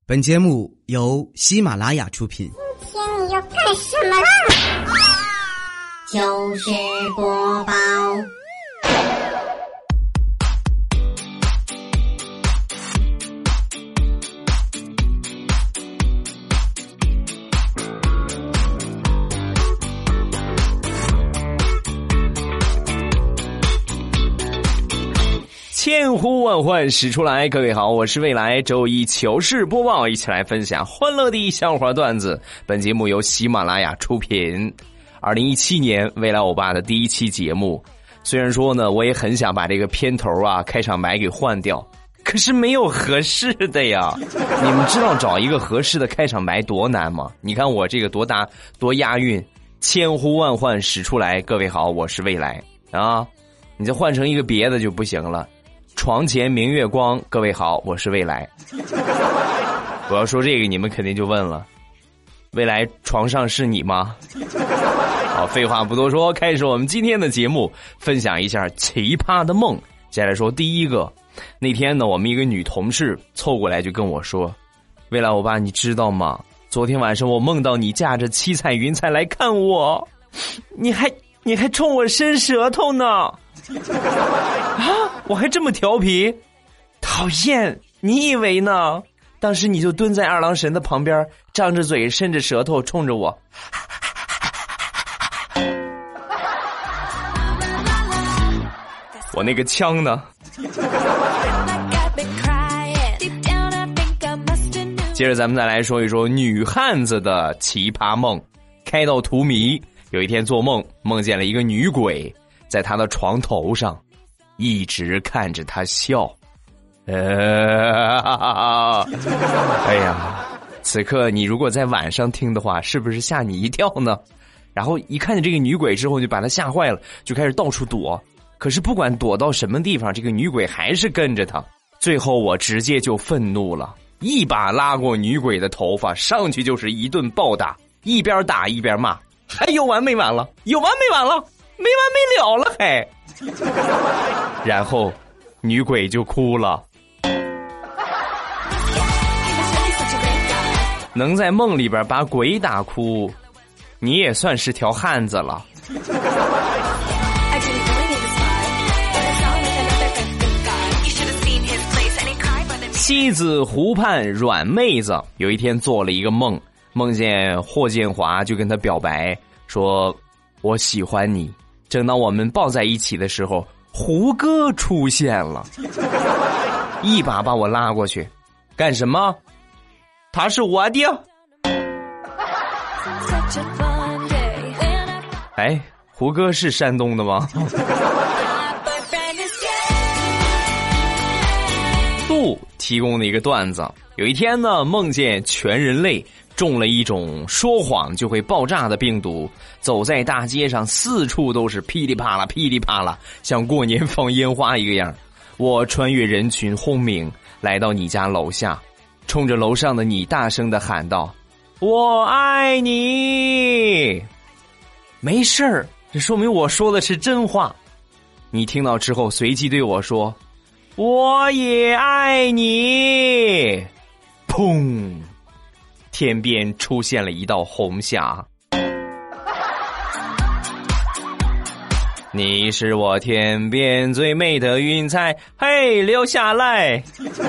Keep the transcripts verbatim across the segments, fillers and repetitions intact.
本节目由喜马拉雅出品。 今天你要干什么啦？就是播报。 千呼万唤始出来，各位好，我是未来周一糗事播报，一起来分享欢乐的笑话段子。本节目由喜马拉雅出品。二零一七年未来欧巴的第一期节目，虽然说呢，我也很想把这个片头啊、开场白给换掉，可是没有合适的呀。你们知道找一个合适的开场白多难吗？你看我这个多大多押韵，千呼万唤始出来，各位好，我是未来啊。你再换成一个别的就不行了。床前明月光，各位好，我是未来。我要说这个，你们肯定就问了，未来床上是你吗？好，废话不多说，开始我们今天的节目，分享一下奇葩的梦。接下来说第一个，那天呢，我们一个女同事凑过来就跟我说，未来欧巴，你知道吗？昨天晚上我梦到你驾着七彩云彩来看我，你还你还冲我伸舌头呢。啊！我还这么调皮，讨厌！你以为呢？当时你就蹲在二郎神的旁边，张着嘴，伸着舌头，冲着我。我那个枪呢？接着咱们再来说一说女汉子的奇葩梦。开到荼蘼，有一天做梦，梦见了一个女鬼。在他的床头上一直看着他笑，呃，哎呀，此刻你如果在晚上听的话，是不是吓你一跳呢？然后一看见这个女鬼之后就把他吓坏了，就开始到处躲，可是不管躲到什么地方，这个女鬼还是跟着他。最后我直接就愤怒了，一把拉过女鬼的头发，上去就是一顿暴打，一边打一边骂，还有完没完了？有完没完了？没完没了了还。然后女鬼就哭了。能在梦里边把鬼打哭，你也算是条汉子了。西子湖畔软妹子有一天做了一个梦，梦见霍建华就跟他表白说，我喜欢你。正当我们抱在一起的时候，胡歌出现了，一把把我拉过去。干什么？他是我的。哎，胡歌是山东的吗？杜提供的一个段子，有一天呢，梦见全人类中了一种说谎就会爆炸的病毒，走在大街上，四处都是噼里啪啦噼里啪啦，像过年放烟花一个样。我穿越人群轰鸣，来到你家楼下，冲着楼上的你大声地喊道，我爱你。没事儿，这说明我说的是真话。你听到之后随即对我说，我也爱你。砰，天边出现了一道红霞。你是我天边最美的云彩，嘿，留下来。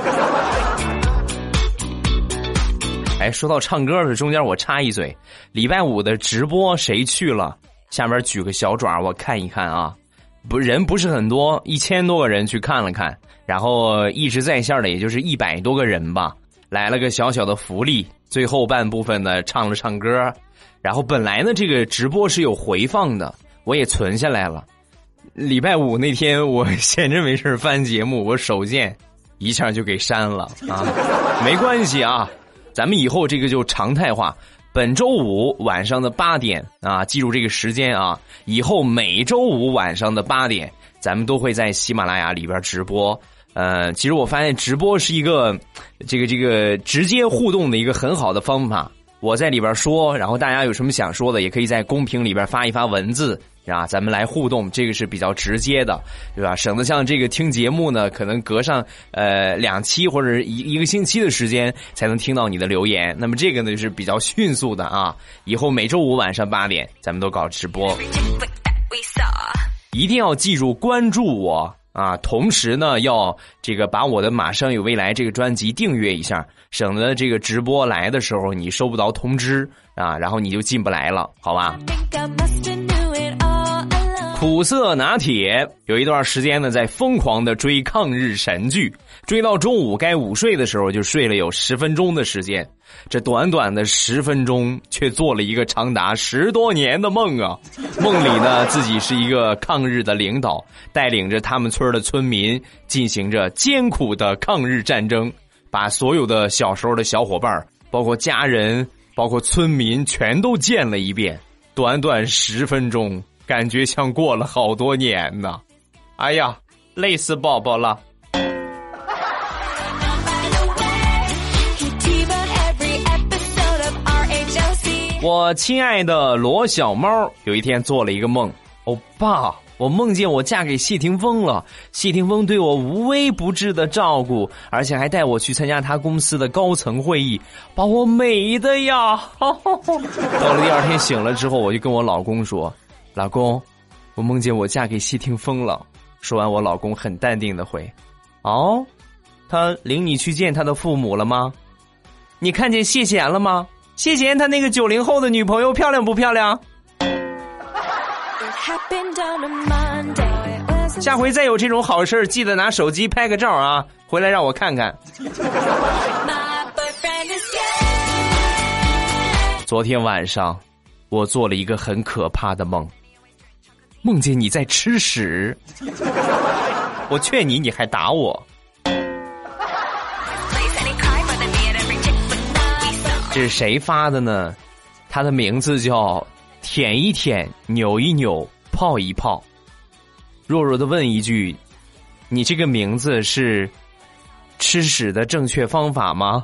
哎，说到唱歌的，中间我插一嘴，礼拜五的直播谁去了？下面举个小爪，我看一看啊。不，人不是很多，一千多个人去看了看，然后一直在线的也就是一百多个人吧。来了个小小的福利，最后半部分呢唱了唱歌，然后本来呢这个直播是有回放的，我也存下来了。礼拜五那天我闲着没事翻节目，我手贱一下就给删了啊，没关系啊，咱们以后这个就常态化。本周五晚上的八点啊，记住这个时间啊，以后每周五晚上的八点，咱们都会在喜马拉雅里边直播。呃，其实我发现直播是一个这个这个直接互动的一个很好的方法。我在里边说，然后大家有什么想说的，也可以在公屏里边发一发文字， 啊，咱们来互动，这个是比较直接的，对吧？省得像这个听节目呢，可能隔上呃两期或者一一个星期的时间才能听到你的留言。那么这个呢就是比较迅速的啊，以后每周五晚上八点咱们都搞直播，一定要记住关注我啊！同时呢，要这个把我的《马上有未来》这个专辑订阅一下，省得这个直播来的时候你收不到通知啊，然后你就进不来了，好吧？苦涩拿铁有一段时间呢，在疯狂的追抗日神剧，追到中午该午睡的时候，就睡了有十分钟的时间。这短短的十分钟，却做了一个长达十多年的梦啊！梦里呢，自己是一个抗日的领导，带领着他们村的村民进行着艰苦的抗日战争，把所有的小时候的小伙伴，包括家人，包括村民，全都见了一遍。短短十分钟。感觉像过了好多年呢，哎呀，累死宝宝了。我亲爱的罗小猫有一天做了一个梦，欧巴，我梦见我嫁给谢霆锋了，谢霆锋对我无微不至的照顾，而且还带我去参加他公司的高层会议，把我美的呀。到了第二天醒了之后，我就跟我老公说，老公，我梦见我嫁给谢霆锋了。说完，我老公很淡定的回，哦，他领你去见他的父母了吗？你看见谢贤了吗？谢贤他那个九零后的女朋友漂亮不漂亮？下回再有这种好事，记得拿手机拍个照啊，回来让我看看。昨天晚上我做了一个很可怕的梦，梦见你在吃屎，我劝你，你还打我。这是谁发的呢？他的名字叫舔一舔，扭一扭，泡一泡。弱弱的问一句，你这个名字是吃屎的正确方法吗？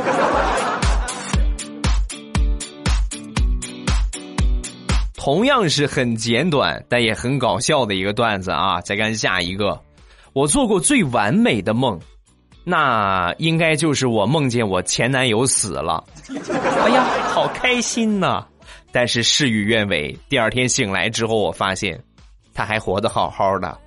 同样是很简短但也很搞笑的一个段子啊！再看下一个，我做过最完美的梦，那应该就是我梦见我前男友死了。哎呀，好开心呐！但是事与愿违，第二天醒来之后，我发现他还活得好好的。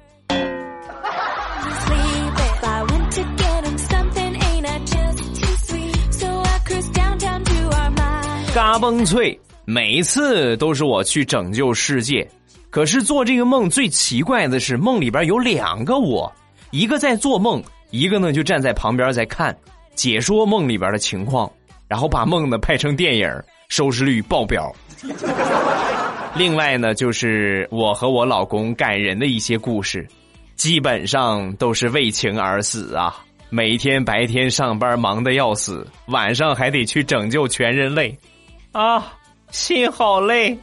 嘎嘣脆，每次都是我去拯救世界，可是做这个梦最奇怪的是，梦里边有两个我，一个在做梦，一个呢就站在旁边在看，解说梦里边的情况，然后把梦呢拍成电影，收视率爆表。另外呢，就是我和我老公感人的一些故事，基本上都是为情而死啊！每天白天上班忙得要死，晚上还得去拯救全人类，啊，心好累。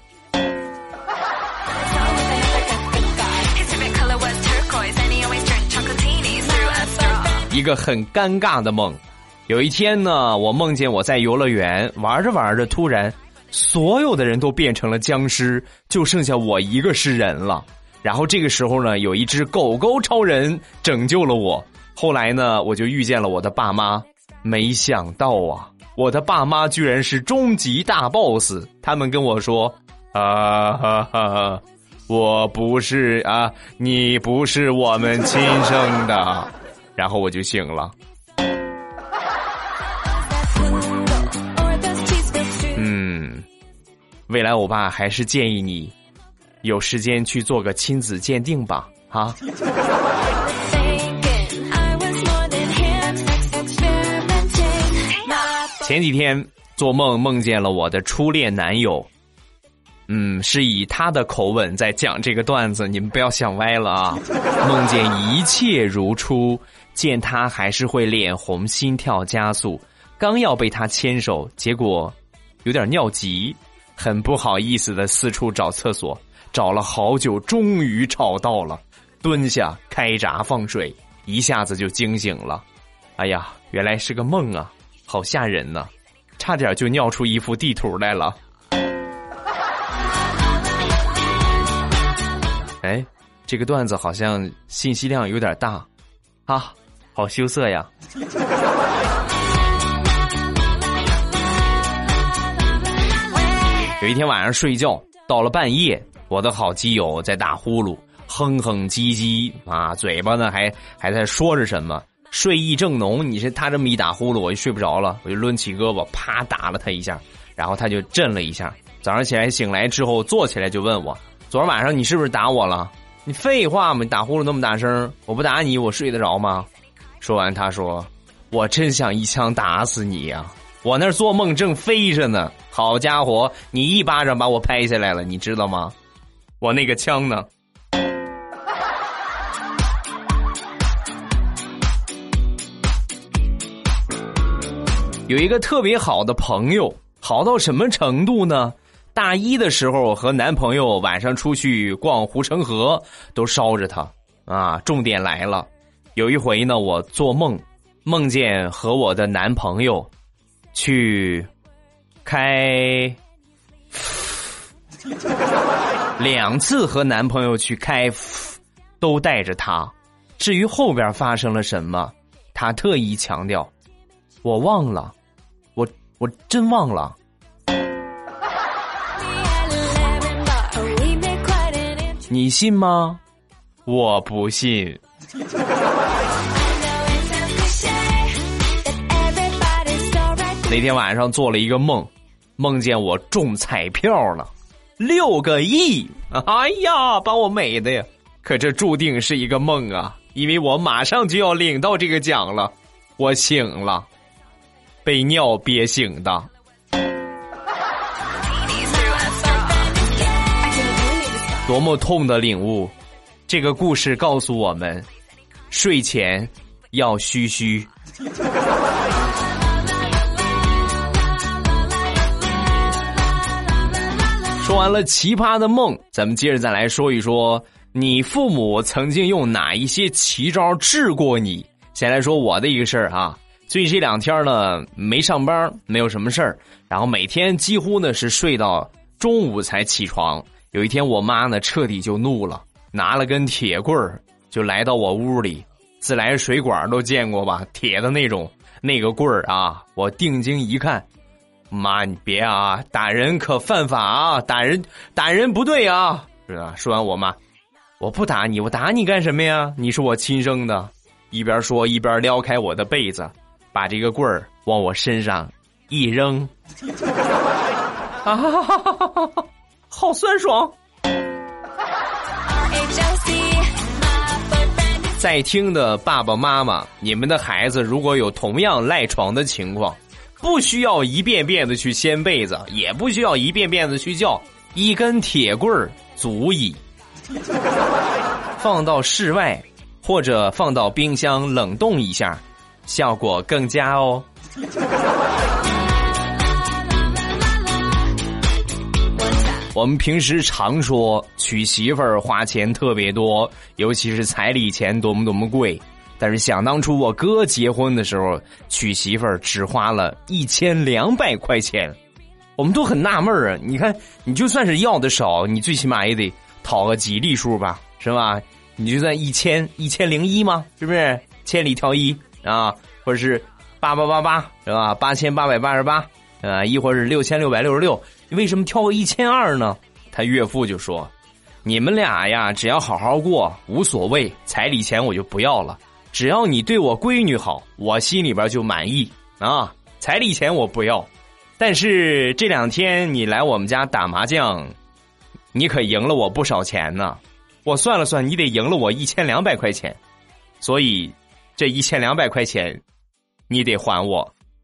一个很尴尬的梦，有一天呢，我梦见我在游乐园玩着玩着，突然所有的人都变成了僵尸，就剩下我一个是人了。然后这个时候呢，有一只狗狗超人拯救了我。后来呢，我就遇见了我的爸妈，没想到啊，我的爸妈居然是终极大 boss。他们跟我说，啊哈哈，我不是啊，你不是我们亲生的。然后我就醒了。嗯，未来欧巴还是建议你有时间去做个亲子鉴定吧，啊。前几天做梦梦见了我的初恋男友，嗯，是以他的口吻在讲这个段子，你们不要想歪了啊。梦见一切如初，见他还是会脸红心跳加速，刚要被他牵手，结果有点尿急，很不好意思的四处找厕所，找了好久终于找到了，蹲下开闸放水，一下子就惊醒了。哎呀，原来是个梦啊，好吓人呢，差点就尿出一幅地图来了。 哎，这个段子好像信息量有点大啊，好羞涩呀。有一天晚上睡觉，到了半夜，我的好基友在打呼噜，哼哼唧唧啊，嘴巴呢还还在说着什么。睡意正浓，你是他这么一打呼噜，我就睡不着了，我就抡起胳膊，啪打了他一下，然后他就震了一下。早上起来醒来之后，坐起来就问我：昨天晚上你是不是打我了？你废话嘛，你打呼噜那么大声，我不打你，我睡得着吗？说完，他说：我真想一枪打死你呀、啊！我那做梦正飞着呢，好家伙，你一巴掌把我拍下来了，你知道吗？我那个枪呢？有一个特别好的朋友，好到什么程度呢？大一的时候和男朋友晚上出去逛护城河，都捎着他啊。重点来了，有一回呢，我做梦梦见和我的男朋友去开两次和男朋友去开都带着他。至于后边发生了什么，他特意强调我忘了，我我真忘了。你信吗？我不信。那天晚上做了一个梦，梦见我中彩票了，六个亿！哎呀，把我美的呀！可这注定是一个梦啊，因为我马上就要领到这个奖了。我醒了，被尿憋醒的。多么痛的领悟！这个故事告诉我们，睡前要嘘嘘。说完了奇葩的梦，咱们接着再来说一说，你父母曾经用哪一些奇招治过你？先来说我的一个事儿啊，最近这两天呢没上班，没有什么事儿，然后每天几乎呢是睡到中午才起床。有一天我妈呢彻底就怒了，拿了根铁棍儿就来到我屋里，自来水管都见过吧，铁的那种那个棍儿啊，我定睛一看，妈你别啊，打人可犯法啊，打人打人不对啊，是吧？说完我妈，我不打你，我打你干什么呀？你是我亲生的。一边说一边撩开我的被子，把这个棍儿往我身上一扔，啊哈哈哈哈哈，好酸爽！在听的爸爸妈妈，你们的孩子如果有同样赖床的情况，不需要一遍遍的去掀被子，也不需要一遍遍的去叫，一根铁棍儿足矣。放到室外或者放到冰箱冷冻一下，效果更佳哦。我们平时常说娶媳妇儿花钱特别多，尤其是彩礼钱多么多么贵，但是想当初我哥结婚的时候娶媳妇儿只花了一千两百块钱，我们都很纳闷啊。你看你就算是要的少，你最起码也得讨个吉利数吧，是吧？你就算一千一千零一吗？是不是千里挑一啊？或者是八八八八是吧？八千八百八十八啊，亦或是六千六百六十六，为什么挑个一千二呢？他岳父就说：“你们俩呀，只要好好过，无所谓，彩礼钱我就不要了。只要你对我闺女好，我心里边就满意啊。彩礼钱我不要，但是这两天你来我们家打麻将，你可赢了我不少钱呢。我算了算，你得赢了我一千两百块钱，所以这一千两百块钱你得还我。”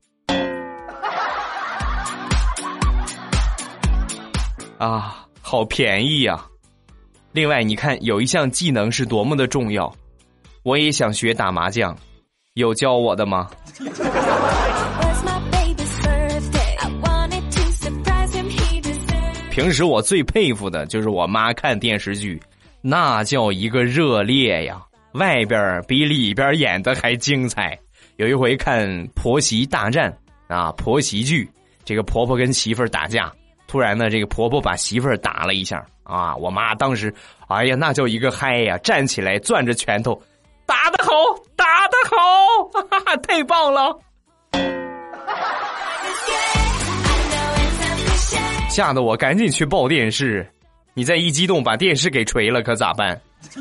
啊，好便宜呀！另外，你看有一项技能是多么的重要，我也想学打麻将，有教我的吗？平时我最佩服的就是我妈看电视剧，那叫一个热烈呀，外边比里边演的还精彩。有一回看婆媳大战啊，婆媳剧，这个婆婆跟媳妇儿打架， 突然呢，这个婆婆把媳妇儿打了一下啊，我妈当时，哎呀，那叫一个嗨呀，站起来攥着拳头，打得好，打得好，哈哈，太棒了！吓得我赶紧去抱电视，你再一激动把电视给锤了，可咋办？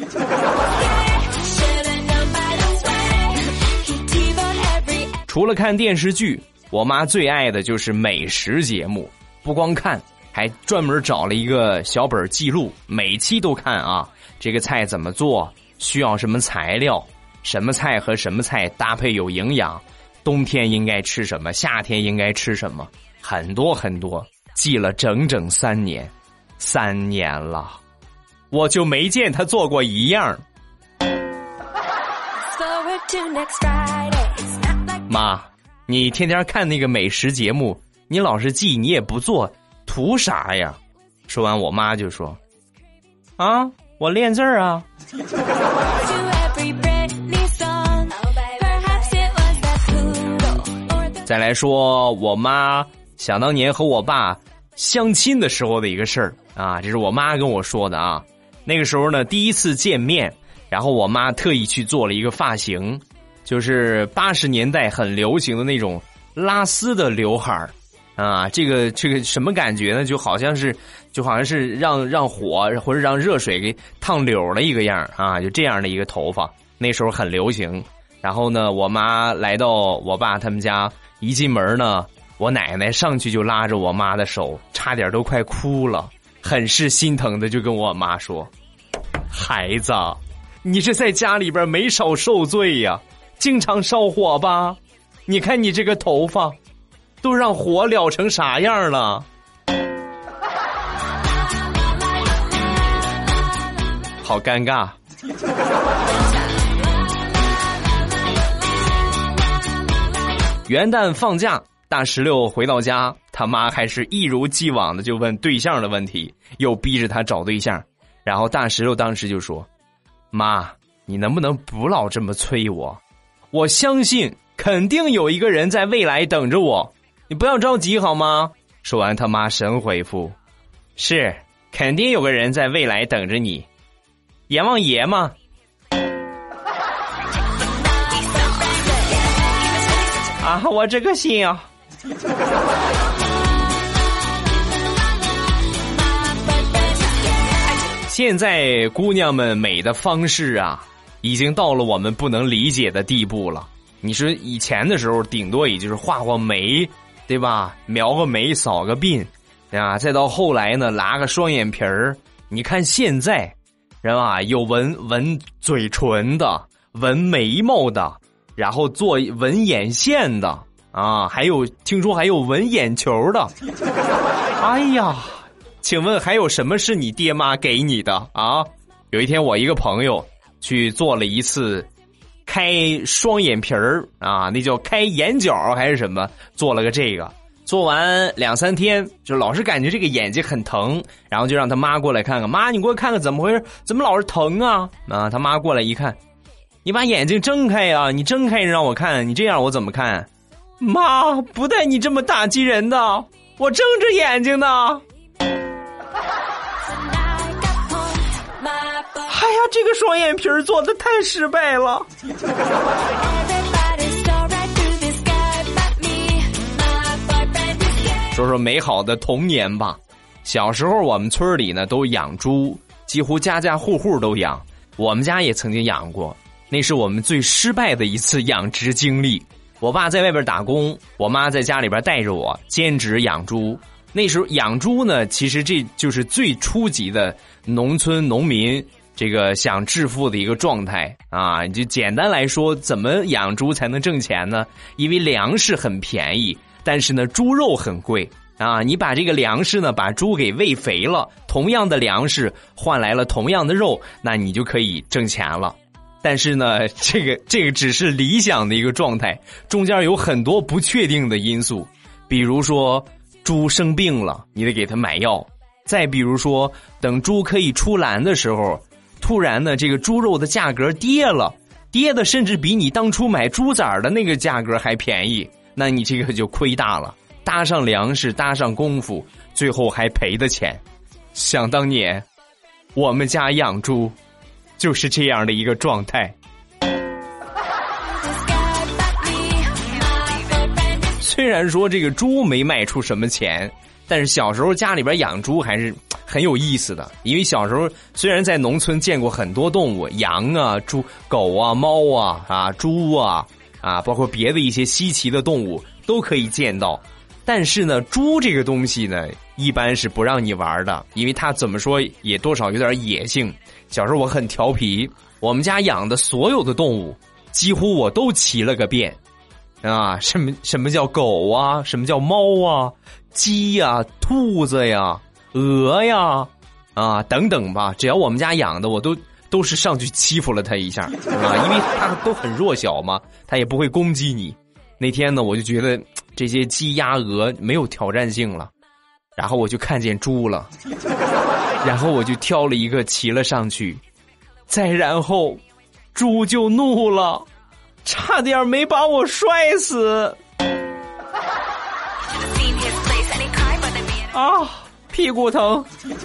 除了看电视剧，我妈最爱的就是美食节目。不光看，还专门找了一个小本记录，每期都看啊。这个菜怎么做，需要什么材料，什么菜和什么菜搭配有营养，冬天应该吃什么，夏天应该吃什么，很多很多，记了整整三年，三年了，我就没见他做过一样。妈，你天天看那个美食节目，你老是记，你也不做，图啥呀？说完，我妈就说：“啊，我练字儿啊。”再来说，我妈想当年和我爸相亲的时候的一个事儿啊，这是我妈跟我说的啊。那个时候呢，第一次见面，然后我妈特意去做了一个发型，就是八十年代很流行的那种拉丝的刘海儿。啊，这个这个什么感觉呢？就好像是，就好像是让让火或者让热水给烫柳了一个样啊，就这样的一个头发，那时候很流行。然后呢，我妈来到我爸他们家，一进门呢，我奶奶上去就拉着我妈的手，差点都快哭了，很是心疼的就跟我妈说：“孩子，你这在家里边没少受罪呀，经常烧火吧？你看你这个头发。”都让火燎成啥样了？好尴尬。元旦放假，大石榴回到家，他妈还是一如既往的就问对象的问题，又逼着他找对象。然后大石榴当时就说：“妈，你能不能不老这么催我？我相信肯定有一个人在未来等着我。你不要着急好吗？”说完，他妈神回复：“是，肯定有个人在未来等着你，阎王爷嘛。”啊，我这个心啊！现在姑娘们美的方式啊，已经到了我们不能理解的地步了。你说以前的时候，顶多也就是画画眉。对吧？描个眉，扫个鬓，啊，再到后来呢，拉个双眼皮儿。你看现在，人啊，有纹纹嘴唇的，纹眉毛的，然后做纹眼线的，啊，还有听说还有纹眼球的。哎呀，请问还有什么是你爹妈给你的啊？有一天我一个朋友去做了一次。开双眼皮儿啊，那叫开眼角还是什么？做了个这个，做完两三天，就老是感觉这个眼睛很疼，然后就让他妈过来看看。妈，你给我看看怎么回事？怎么老是疼啊？啊，他妈过来一看，你把眼睛睁开呀、啊！你睁开让我看，你这样我怎么看？妈，不带你这么打击人的，我睁着眼睛呢。哎呀，这个双眼皮做的太失败了。说说美好的童年吧。小时候我们村里呢都养猪，几乎家家户户都养，我们家也曾经养过，那是我们最失败的一次养殖经历。我爸在外边打工，我妈在家里边带着我兼职养猪。那时候养猪呢，其实这就是最初级的农村农民这个想致富的一个状态啊。就简单来说，怎么养猪才能挣钱呢？因为粮食很便宜，但是呢猪肉很贵啊。你把这个粮食呢把猪给喂肥了，同样的粮食换来了同样的肉，那你就可以挣钱了。但是呢这个这个只是理想的一个状态，中间有很多不确定的因素，比如说猪生病了，你得给它买药。再比如说等猪可以出栏的时候，突然呢这个猪肉的价格跌了，跌的甚至比你当初买猪崽的那个价格还便宜，那你这个就亏大了。 搭上粮食，搭上功夫，最后还赔的钱。想当年我们家养猪就是这样的一个状态。虽然说这个猪没卖出什么钱，但是小时候家里边养猪还是很有意思的。因为小时候虽然在农村见过很多动物，羊啊、猪、狗啊、猫啊、啊猪啊啊，包括别的一些稀奇的动物都可以见到。但是呢，猪这个东西呢，一般是不让你玩的，因为它怎么说也多少有点野性。小时候我很调皮，我们家养的所有的动物，几乎我都骑了个遍。啊，什么什么叫狗啊？什么叫猫啊？鸡呀、啊、兔子呀、鹅呀，啊等等吧，只要我们家养的，我都都是上去欺负了它一下啊，因为它都很弱小嘛，它也不会攻击你。那天呢，我就觉得这些鸡鸭鹅没有挑战性了，然后我就看见猪了，然后我就挑了一个骑了上去，再然后猪就怒了。差点没把我摔死啊！屁股疼。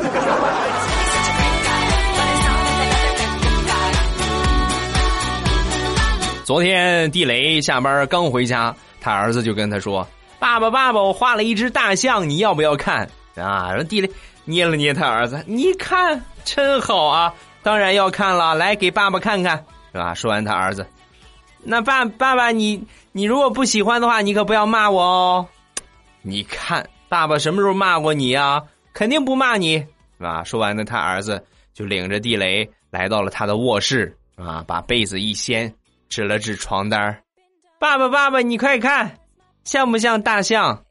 昨天地雷下班刚回家，他儿子就跟他说：“爸爸，爸爸，我画了一只大象，你要不要看？”啊，然后地雷捏了捏他儿子，你看真好啊，当然要看了，来给爸爸看看，是吧？说完他儿子。那爸爸爸你你如果不喜欢的话，你可不要骂我哦。你看爸爸什么时候骂过你啊？肯定不骂你，是吧？说完呢，他儿子就领着地雷来到了他的卧室啊，把被子一掀，指了指床单。爸爸爸爸，你快看，像不像大象？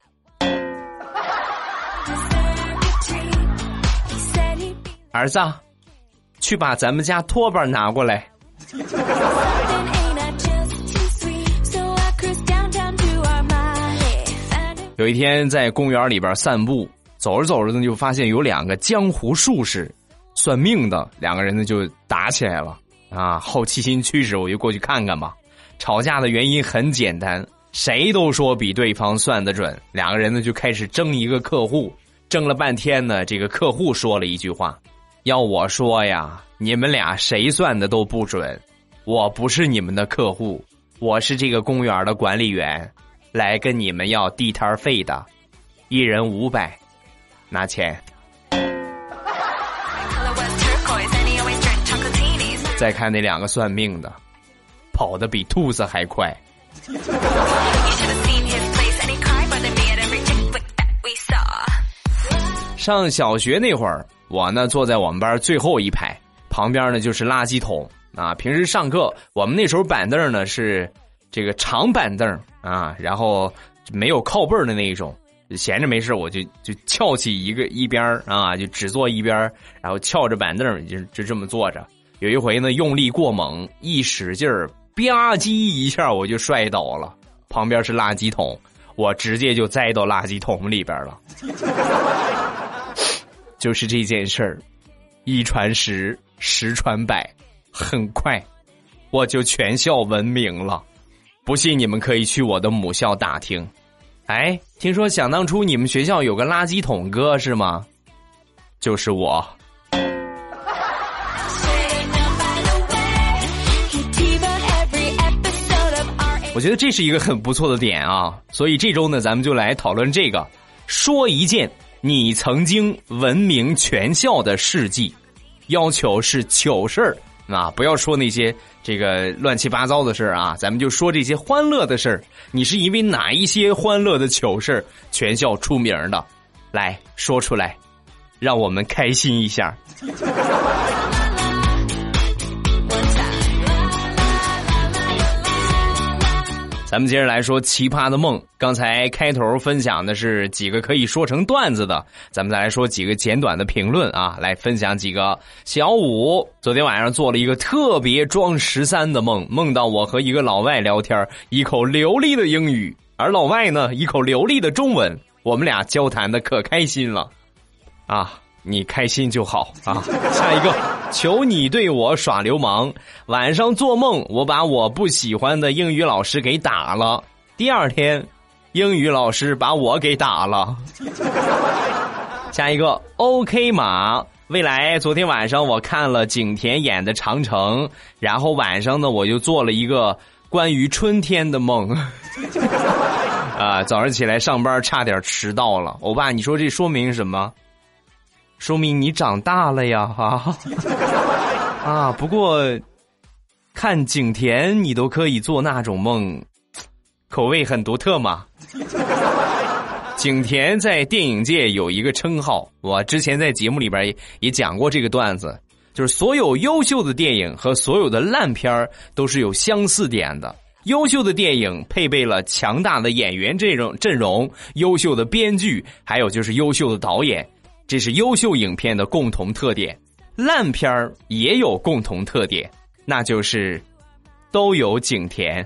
儿子，去把咱们家拖把拿过来。有一天在公园里边散步，走着走着呢，就发现有两个江湖术士算命的，两个人呢就打起来了啊！好奇心驱使，我就过去看看吧。吵架的原因很简单，谁都说比对方算得准，两个人呢就开始争一个客户，争了半天呢，这个客户说了一句话：“要我说呀，你们俩谁算的都不准，我不是你们的客户，我是这个公园的管理员。”来跟你们要地摊费的，一人五百，拿钱。再看那两个算命的，跑得比兔子还快。上小学那会儿，我呢坐在我们班最后一排，旁边呢就是垃圾桶啊。平时上课，我们那时候板凳呢是这个长板凳啊，然后没有靠背的那一种，闲着没事我就就翘起一个一边啊，就只坐一边，然后翘着板凳就就这么坐着。有一回呢，用力过猛，一使劲儿，吧唧一下我就摔倒了，旁边是垃圾桶，我直接就栽到垃圾桶里边了。就是这件事儿，一传十，十传百，很快我就全校闻名了。不信你们可以去我的母校打听。哎，听说想当初你们学校有个垃圾桶哥是吗？就是我。我觉得这是一个很不错的点啊，所以这周呢，咱们就来讨论这个，说一件你曾经闻名全校的事迹，要求是糗事儿啊，不要说那些这个乱七八糟的事儿啊，咱们就说这些欢乐的事儿。你是因为哪一些欢乐的糗事儿全校出名的？来说出来，让我们开心一下。咱们接着来说奇葩的梦。刚才开头分享的是几个可以说成段子的，咱们再来说几个简短的评论啊，来分享几个。小五昨天晚上做了一个特别装十三的梦，梦到我和一个老外聊天，一口流利的英语，而老外呢一口流利的中文，我们俩交谈的可开心了啊。你开心就好啊。下一个，求你对我耍流氓。晚上做梦，我把我不喜欢的英语老师给打了。第二天， 英语老师把我给打了。下一个 OK 马，未来昨天晚上我看了景甜演的长城，然后晚上呢我就做了一个关于春天的梦。啊，早上起来上班差点迟到了。欧巴，你说这说明什么？说明你长大了呀，啊啊！不过看景甜你都可以做那种梦，口味很独特嘛。景甜在电影界有一个称号，我之前在节目里边也讲过这个段子，就是所有优秀的电影和所有的烂片都是有相似点的。优秀的电影配备了强大的演员阵容阵容，优秀的编剧，还有就是优秀的导演，这是优秀影片的共同特点。烂片儿也有共同特点，那就是都有景甜。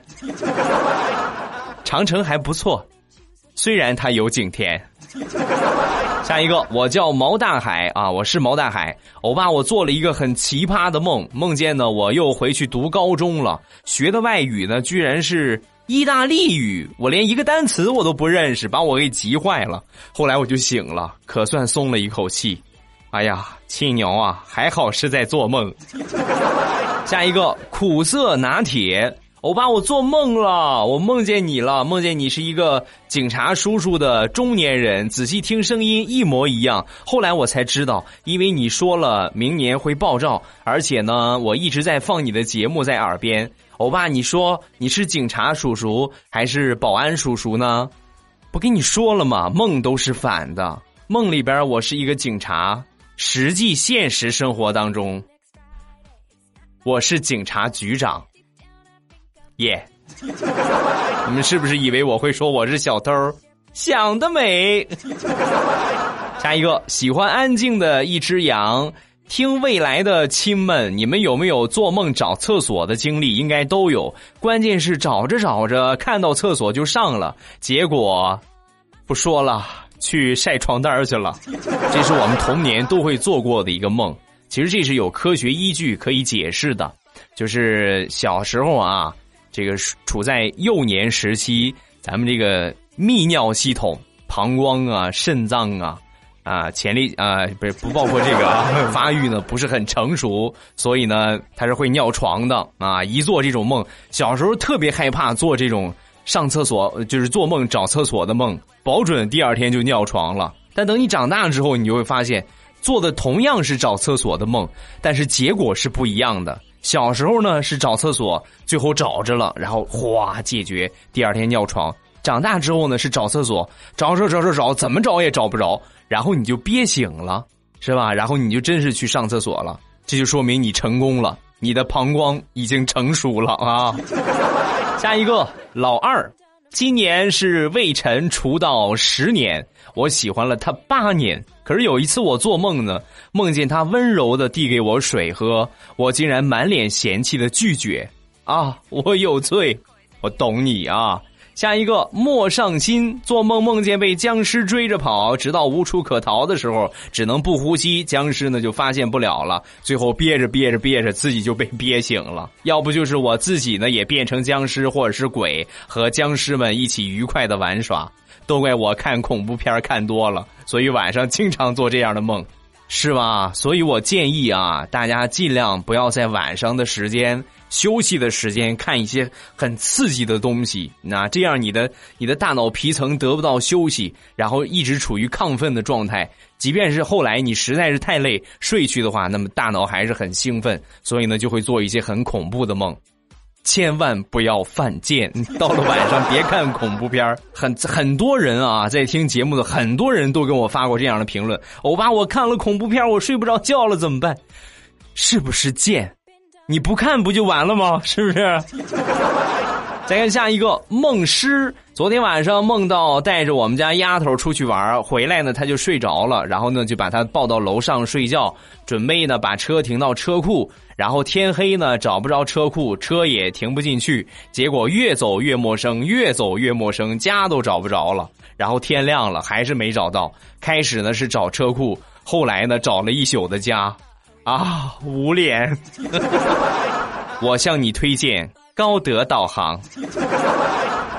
长城还不错，虽然它有景甜。下一个，我叫毛大海啊，我是毛大海。欧巴，我做了一个很奇葩的梦，梦见呢我又回去读高中了，学的外语呢居然是意大利语，我连一个单词我都不认识，把我给急坏了。后来我就醒了，可算松了一口气。哎呀，亲牛啊，还好是在做梦。下一个，苦涩拿铁。欧巴，我做梦了，我梦见你了，梦见你是一个警察叔叔的中年人，仔细听声音一模一样。后来我才知道，因为你说了明年会爆照，而且呢我一直在放你的节目在耳边。欧巴，你说你是警察叔叔还是保安叔叔呢？不跟你说了吗？梦都是反的，梦里边我是一个警察，实际现实生活当中我是警察局长。耶、yeah. 你们是不是以为我会说我是小偷？想得美。下一个，喜欢安静的一只羊。听未来的亲们，你们有没有做梦找厕所的经历？应该都有。关键是找着找着看到厕所就上了，结果不说了，去晒床单去了。这是我们童年都会做过的一个梦，其实这是有科学依据可以解释的。就是小时候啊，这个处在幼年时期，咱们这个泌尿系统、膀胱啊、肾脏啊、啊前列啊，不是不包括这个啊，发育呢不是很成熟，所以呢它是会尿床的啊。一做这种梦，小时候特别害怕做这种上厕所，就是做梦找厕所的梦，保准第二天就尿床了。但等你长大之后，你就会发现，做的同样是找厕所的梦，但是结果是不一样的。小时候呢是找厕所，最后找着了，然后哗解决，第二天尿床。长大之后呢是找厕所，找找找找找，怎么找也找不着，然后你就憋醒了，是吧？然后你就真是去上厕所了，这就说明你成功了，你的膀胱已经成熟了啊。下一个，老二，今年是魏晨出道十年，我喜欢了他八年。可是有一次我做梦呢，梦见他温柔地递给我水喝，我竟然满脸嫌弃的拒绝。啊，我有罪，我懂你啊。下一个，莫上心，做梦梦见被僵尸追着跑，直到无处可逃的时候，只能不呼吸，僵尸呢就发现不了了，最后憋着憋着憋着，自己就被憋醒了。要不就是我自己呢也变成僵尸或者是鬼，和僵尸们一起愉快的玩耍。都怪我看恐怖片看多了，所以晚上经常做这样的梦，是吧？所以我建议啊，大家尽量不要在晚上的时间、休息的时间看一些很刺激的东西，那这样你的你的大脑皮层得不到休息，然后一直处于亢奋的状态，即便是后来你实在是太累睡去的话，那么大脑还是很兴奋，所以呢就会做一些很恐怖的梦。千万不要犯贱，到了晚上别看恐怖片。很很多人啊，在听节目的很多人都跟我发过这样的评论：欧巴，我看了恐怖片，我睡不着觉了，怎么办？是不是贱？你不看不就完了吗？是不是？再看下一个，梦师。昨天晚上梦到带着我们家丫头出去玩，回来呢她就睡着了，然后呢就把她抱到楼上睡觉，准备呢把车停到车库，然后天黑呢找不着车库，车也停不进去，结果越走越陌生，越走越陌生，家都找不着了，然后天亮了还是没找到，开始呢是找车库，后来呢找了一宿的家，啊，无脸。我向你推荐高德导航。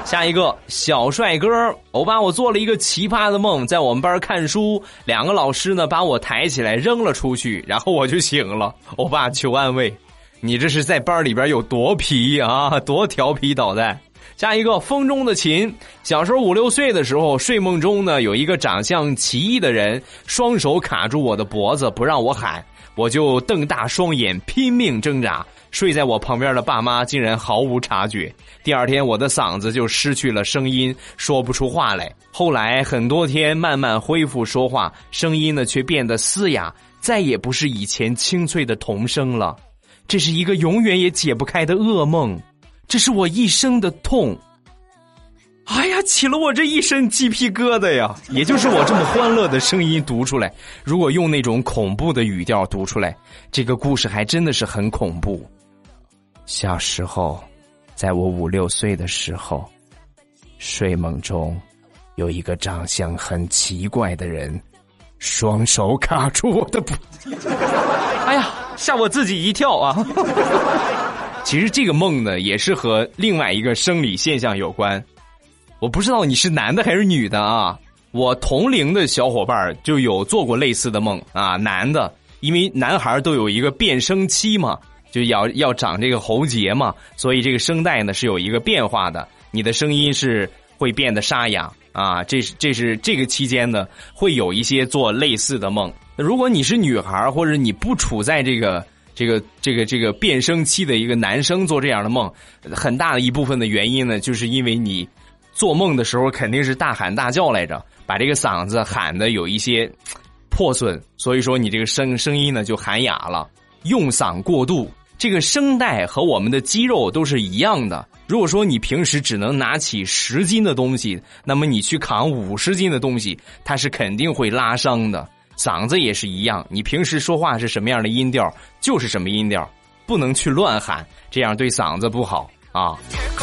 下一个小帅哥，欧巴，我做了一个奇葩的梦，在我们班看书，两个老师呢把我抬起来扔了出去，然后我就醒了。欧巴求安慰，你这是在班里边有多皮啊，多调皮捣蛋。下一个风中的琴，小时候五六岁的时候，睡梦中呢有一个长相奇异的人，双手卡住我的脖子不让我喊，我就瞪大双眼拼命挣扎，睡在我旁边的爸妈竟然毫无察觉。第二天我的嗓子就失去了声音，说不出话来。后来很多天慢慢恢复说话，声音呢却变得嘶哑，再也不是以前清脆的童声了。这是一个永远也解不开的噩梦，这是我一生的痛。哎呀，起了我这一身鸡皮疙瘩呀！也就是我这么欢乐的声音读出来，如果用那种恐怖的语调读出来，这个故事还真的是很恐怖。小时候，在我五六岁的时候，睡梦中有一个长相很奇怪的人，双手卡住我的脖子。哎呀，吓我自己一跳啊！其实这个梦呢，也是和另外一个生理现象有关。我不知道你是男的还是女的啊？我同龄的小伙伴就有做过类似的梦啊，男的，因为男孩都有一个变声期嘛，就要要长这个喉结嘛，所以这个声带呢是有一个变化的，你的声音是会变得沙哑啊。这是这是这个期间呢，会有一些做类似的梦。如果你是女孩，或者你不处在这个这个这个这个变声期的一个男生做这样的梦，很大的一部分的原因呢，就是因为你做梦的时候肯定是大喊大叫来着，把这个嗓子喊的有一些破损，所以说你这个声声音呢就喊哑了。用嗓过度，这个声带和我们的肌肉都是一样的。如果说你平时只能拿起十斤的东西，那么你去扛五十斤的东西，它是肯定会拉伤的。嗓子也是一样，你平时说话是什么样的音调，就是什么音调，不能去乱喊，这样对嗓子不好啊。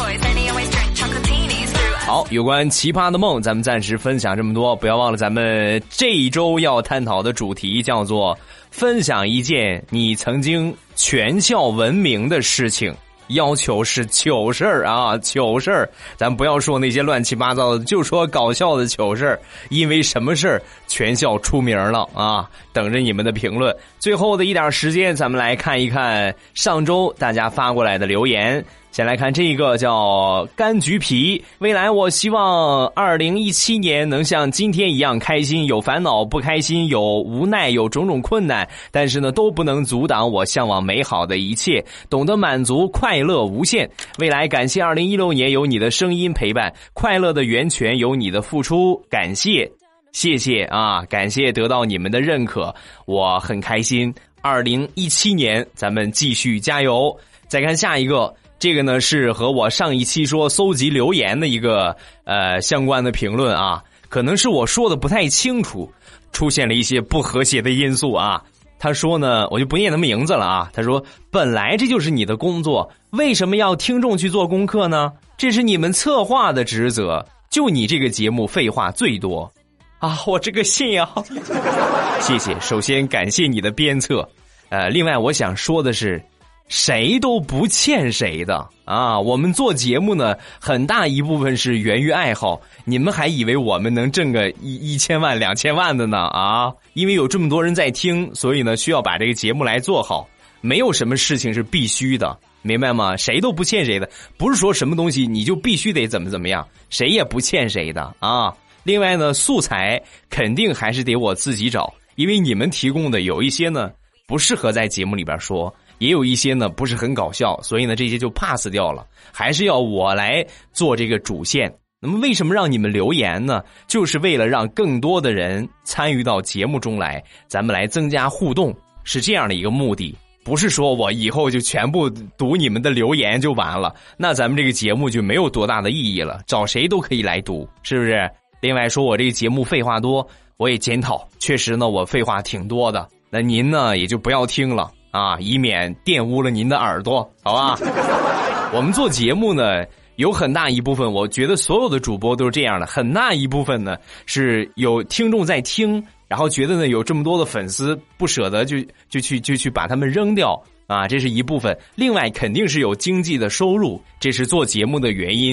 好，有关奇葩的梦咱们暂时分享这么多，不要忘了咱们这一周要探讨的主题叫做分享一件你曾经全校闻名的事情，要求是糗事儿啊，糗事儿，咱不要说那些乱七八糟的，就说搞笑的糗事儿，因为什么事儿全校出名了啊，等着你们的评论。最后的一点时间，咱们来看一看上周大家发过来的留言。先来看这个叫柑橘皮，未来我希望二零一七年能像今天一样开心，有烦恼不开心，有无奈，有种种困难，但是呢都不能阻挡我向往美好的一切，懂得满足，快乐无限。未来感谢二零一六年有你的声音陪伴，快乐的源泉有你的付出，感谢谢谢啊，感谢得到你们的认可，我很开心。二零一七年咱们继续加油。再看下一个，这个呢是和我上一期说搜集留言的一个呃相关的评论啊，可能是我说的不太清楚，出现了一些不和谐的因素啊。他说呢，我就不念他们名字了啊。他说，本来这就是你的工作，为什么要听众去做功课呢？这是你们策划的职责，就你这个节目废话最多啊！我这个信呀，谢谢。首先感谢你的鞭策，呃，另外我想说的是，谁都不欠谁的啊！我们做节目呢，很大一部分是源于爱好，你们还以为我们能挣个一一千万、两千万的呢啊？因为有这么多人在听，所以呢，需要把这个节目来做好。没有什么事情是必须的，明白吗？谁都不欠谁的，不是说什么东西你就必须得怎么怎么样，谁也不欠谁的啊！另外呢，素材肯定还是得我自己找，因为你们提供的有一些呢不适合在节目里边说，也有一些呢不是很搞笑，所以呢这些就 pass 掉了，还是要我来做这个主线。那么为什么让你们留言呢？就是为了让更多的人参与到节目中来，咱们来增加互动，是这样的一个目的。不是说我以后就全部读你们的留言就完了，那咱们这个节目就没有多大的意义了，找谁都可以来读，是不是？另外说我这个节目废话多，我也检讨，确实呢我废话挺多的，那您呢也就不要听了啊，以免玷污了您的耳朵，好吧？我们做节目呢，有很大一部分，我觉得所有的主播都是这样的，很大一部分呢是有听众在听，然后觉得呢有这么多的粉丝不舍得就就去就去把他们扔掉啊，这是一部分。另外肯定是有经济的收入，这是做节目的原因。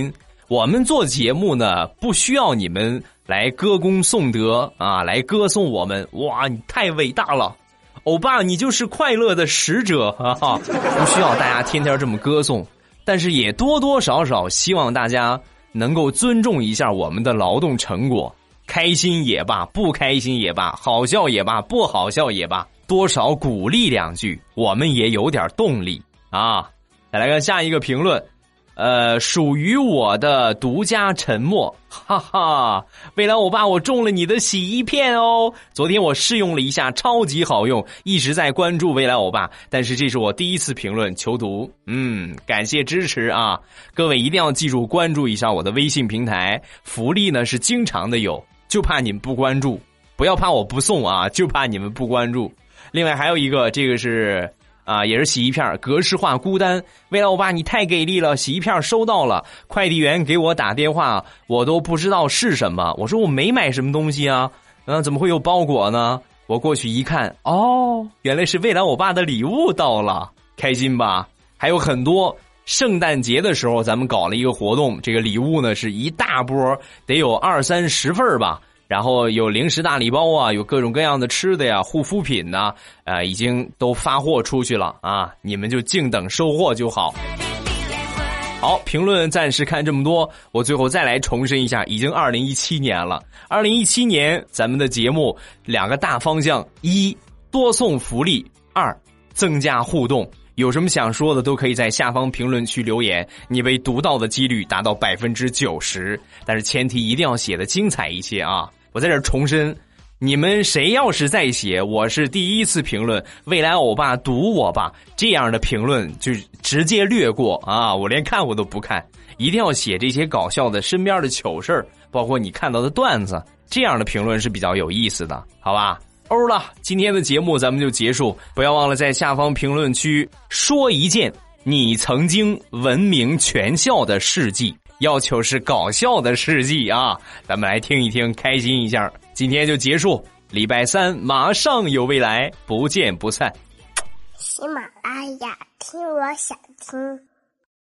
我们做节目呢，不需要你们来歌功颂德啊，来歌颂我们。哇，你太伟大了，欧巴，你就是快乐的使者啊！不需要大家天天这么歌颂，但是也多多少少希望大家能够尊重一下我们的劳动成果，开心也罢，不开心也罢，好笑也罢，不好笑也罢，多少鼓励两句，我们也有点动力啊！再来看下一个评论。呃，属于我的独家沉默，哈哈！未来欧巴，我中了你的洗衣片哦！昨天我试用了一下，超级好用，一直在关注未来欧巴，但是这是我第一次评论，求读。嗯，感谢支持啊！各位一定要记住关注一下我的微信平台，福利呢是经常的有，就怕你们不关注，不要怕我不送啊，就怕你们不关注。另外还有一个，这个是。啊，也是洗衣片，格式化孤单。未来欧巴，你太给力了，洗衣片收到了，快递员给我打电话，我都不知道是什么。我说我没买什么东西啊，嗯、呃，怎么会有包裹呢？我过去一看，哦，原来是未来欧巴的礼物到了，开心吧？还有很多，圣诞节的时候咱们搞了一个活动，这个礼物呢是一大波，得有二三十份吧。然后有零食大礼包啊，有各种各样的吃的呀，护肤品呐、啊，呃，已经都发货出去了啊，你们就静等收货就好。好，评论暂时看这么多，我最后再来重申一下，已经二零一七年了。二零一七年咱们的节目两个大方向：一，多送福利；二，增加互动。有什么想说的都可以在下方评论区留言，你被读到的几率达到百分之九十，但是前提一定要写的精彩一些啊！我在这儿重申，你们谁要是再写我是第一次评论，未来欧巴读我吧，这样的评论就直接略过啊！我连看我都不看，一定要写这些搞笑的身边的糗事儿，包括你看到的段子，这样的评论是比较有意思的，好吧？欧了，今天的节目咱们就结束，不要忘了在下方评论区说一件你曾经闻名全校的事迹，要求是搞笑的事迹啊，咱们来听一听，开心一下。今天就结束，礼拜三马上有未来，不见不散。 喜马拉雅，听我想听。